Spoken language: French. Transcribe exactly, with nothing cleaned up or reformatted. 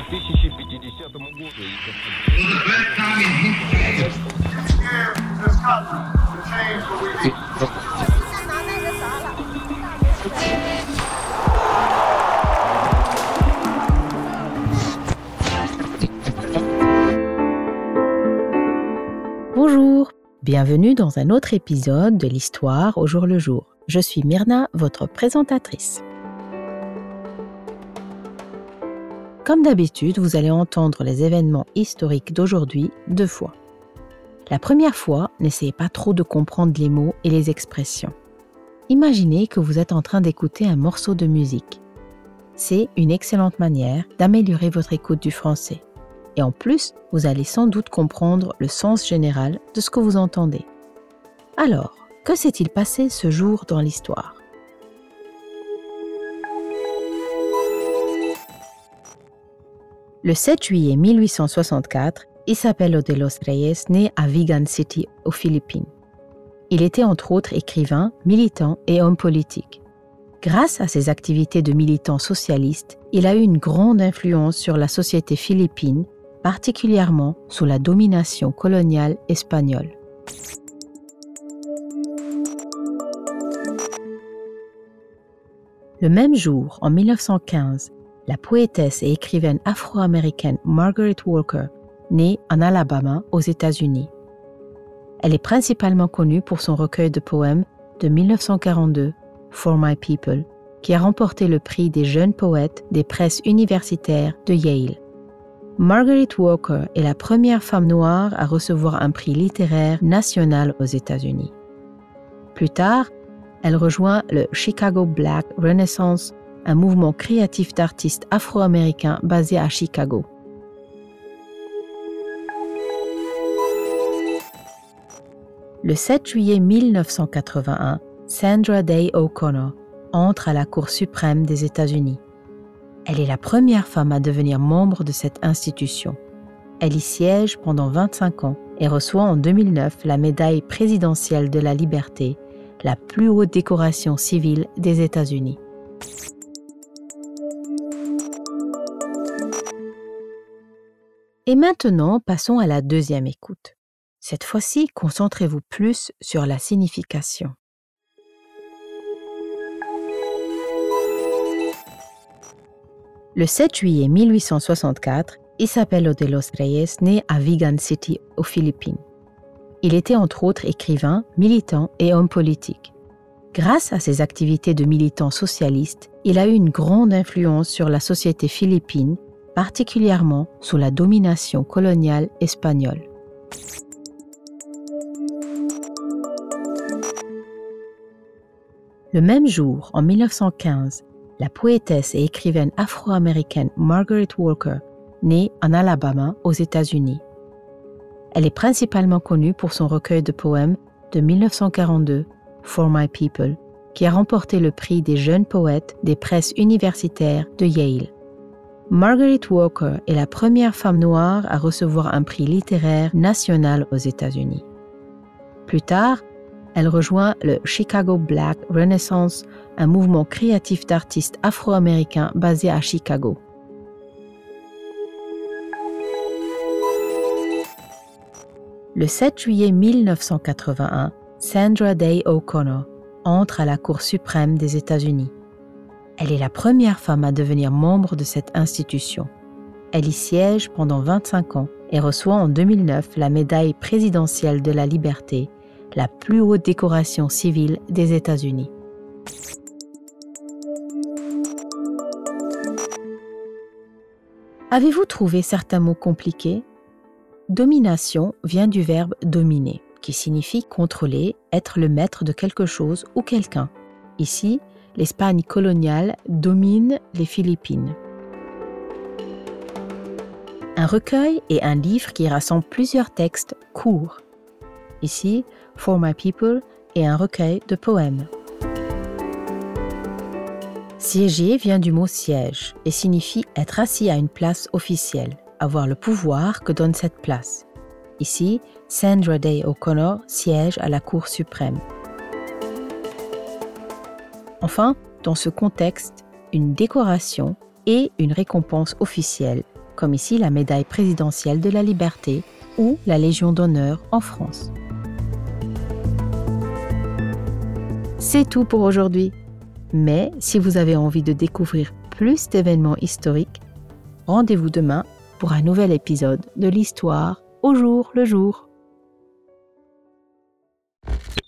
тысяча пятидесятому году. For the first time in history, this country to change what we need. Bonjour, bienvenue dans un autre épisode de l'Histoire au jour le jour. Je suis Myrna, votre présentatrice. Comme d'habitude, vous allez entendre les événements historiques d'aujourd'hui deux fois. La première fois, n'essayez pas trop de comprendre les mots et les expressions. Imaginez que vous êtes en train d'écouter un morceau de musique. C'est une excellente manière d'améliorer votre écoute du français. Et en plus, vous allez sans doute comprendre le sens général de ce que vous entendez. Alors, que s'est-il passé ce jour dans l'histoire ? Le sept juillet mille huit cent soixante-quatre, Isabel de los Reyes naît à Vigan City, aux Philippines. Il était entre autres écrivain, militant et homme politique. Grâce à ses activités de militant socialiste, il a eu une grande influence sur la société philippine, particulièrement sous la domination coloniale espagnole. Le même jour, en mille neuf cent quinze, la poétesse et écrivaine afro-américaine Margaret Walker naît en Alabama, aux États-Unis. Elle est principalement connue pour son recueil de poèmes de mille neuf cent quarante-deux, For My People, qui a remporté le prix des jeunes poètes des presses universitaires de Yale. Margaret Walker est la première femme noire à recevoir un prix littéraire national aux États-Unis. Plus tard, elle rejoint le Chicago Black Renaissance, un mouvement créatif d'artistes afro-américains basé à Chicago. Le sept juillet mille neuf cent quatre-vingt-un, Sandra Day O'Connor entre à la Cour suprême des États-Unis. Elle est la première femme à devenir membre de cette institution. Elle y siège pendant vingt-cinq ans et reçoit en deux mille neuf la médaille présidentielle de la liberté, la plus haute décoration civile des États-Unis. Et maintenant, passons à la deuxième écoute. Cette fois-ci, concentrez-vous plus sur la signification. Le sept juillet mille huit cent soixante-quatre, Isabel de los Reyes naît à Vigan City, aux Philippines. Il était entre autres écrivain, militant et homme politique. Grâce à ses activités de militant socialiste, il a eu une grande influence sur la société philippine, particulièrement sous la domination coloniale espagnole. Le même jour, en mille neuf cent quinze, la poétesse et écrivaine afro-américaine Margaret Walker naît en Alabama, aux États-Unis. Elle est principalement connue pour son recueil de poèmes de mille neuf cent quarante-deux, For My People, qui a remporté le prix des jeunes poètes des presses universitaires de Yale. Margaret Walker est la première femme noire à recevoir un prix littéraire national aux États-Unis. Plus tard, elle rejoint le Chicago Black Renaissance, un mouvement créatif d'artistes afro-américains basé à Chicago. Le sept juillet mille neuf cent quatre-vingt-un, Sandra Day O'Connor entre à la Cour suprême des États-Unis. Elle est la première femme à devenir membre de cette institution. Elle y siège pendant vingt-cinq ans et reçoit en deux mille neuf la médaille présidentielle de la liberté, la plus haute décoration civile des États-Unis. Avez-vous trouvé certains mots compliqués ? Domination vient du verbe dominer, qui signifie contrôler, être le maître de quelque chose ou quelqu'un. Ici, l'Espagne coloniale domine les Philippines. Un recueil est un livre qui rassemble plusieurs textes courts. Ici, For My People est un recueil de poèmes. Siéger vient du mot siège et signifie être assis à une place officielle, avoir le pouvoir que donne cette place. Ici, Sandra Day O'Connor siège à la Cour suprême. Enfin, dans ce contexte, une décoration et une récompense officielle, comme ici la médaille présidentielle de la liberté ou la Légion d'honneur en France. C'est tout pour aujourd'hui. Mais si vous avez envie de découvrir plus d'événements historiques, rendez-vous demain pour un nouvel épisode de l'Histoire au jour le jour.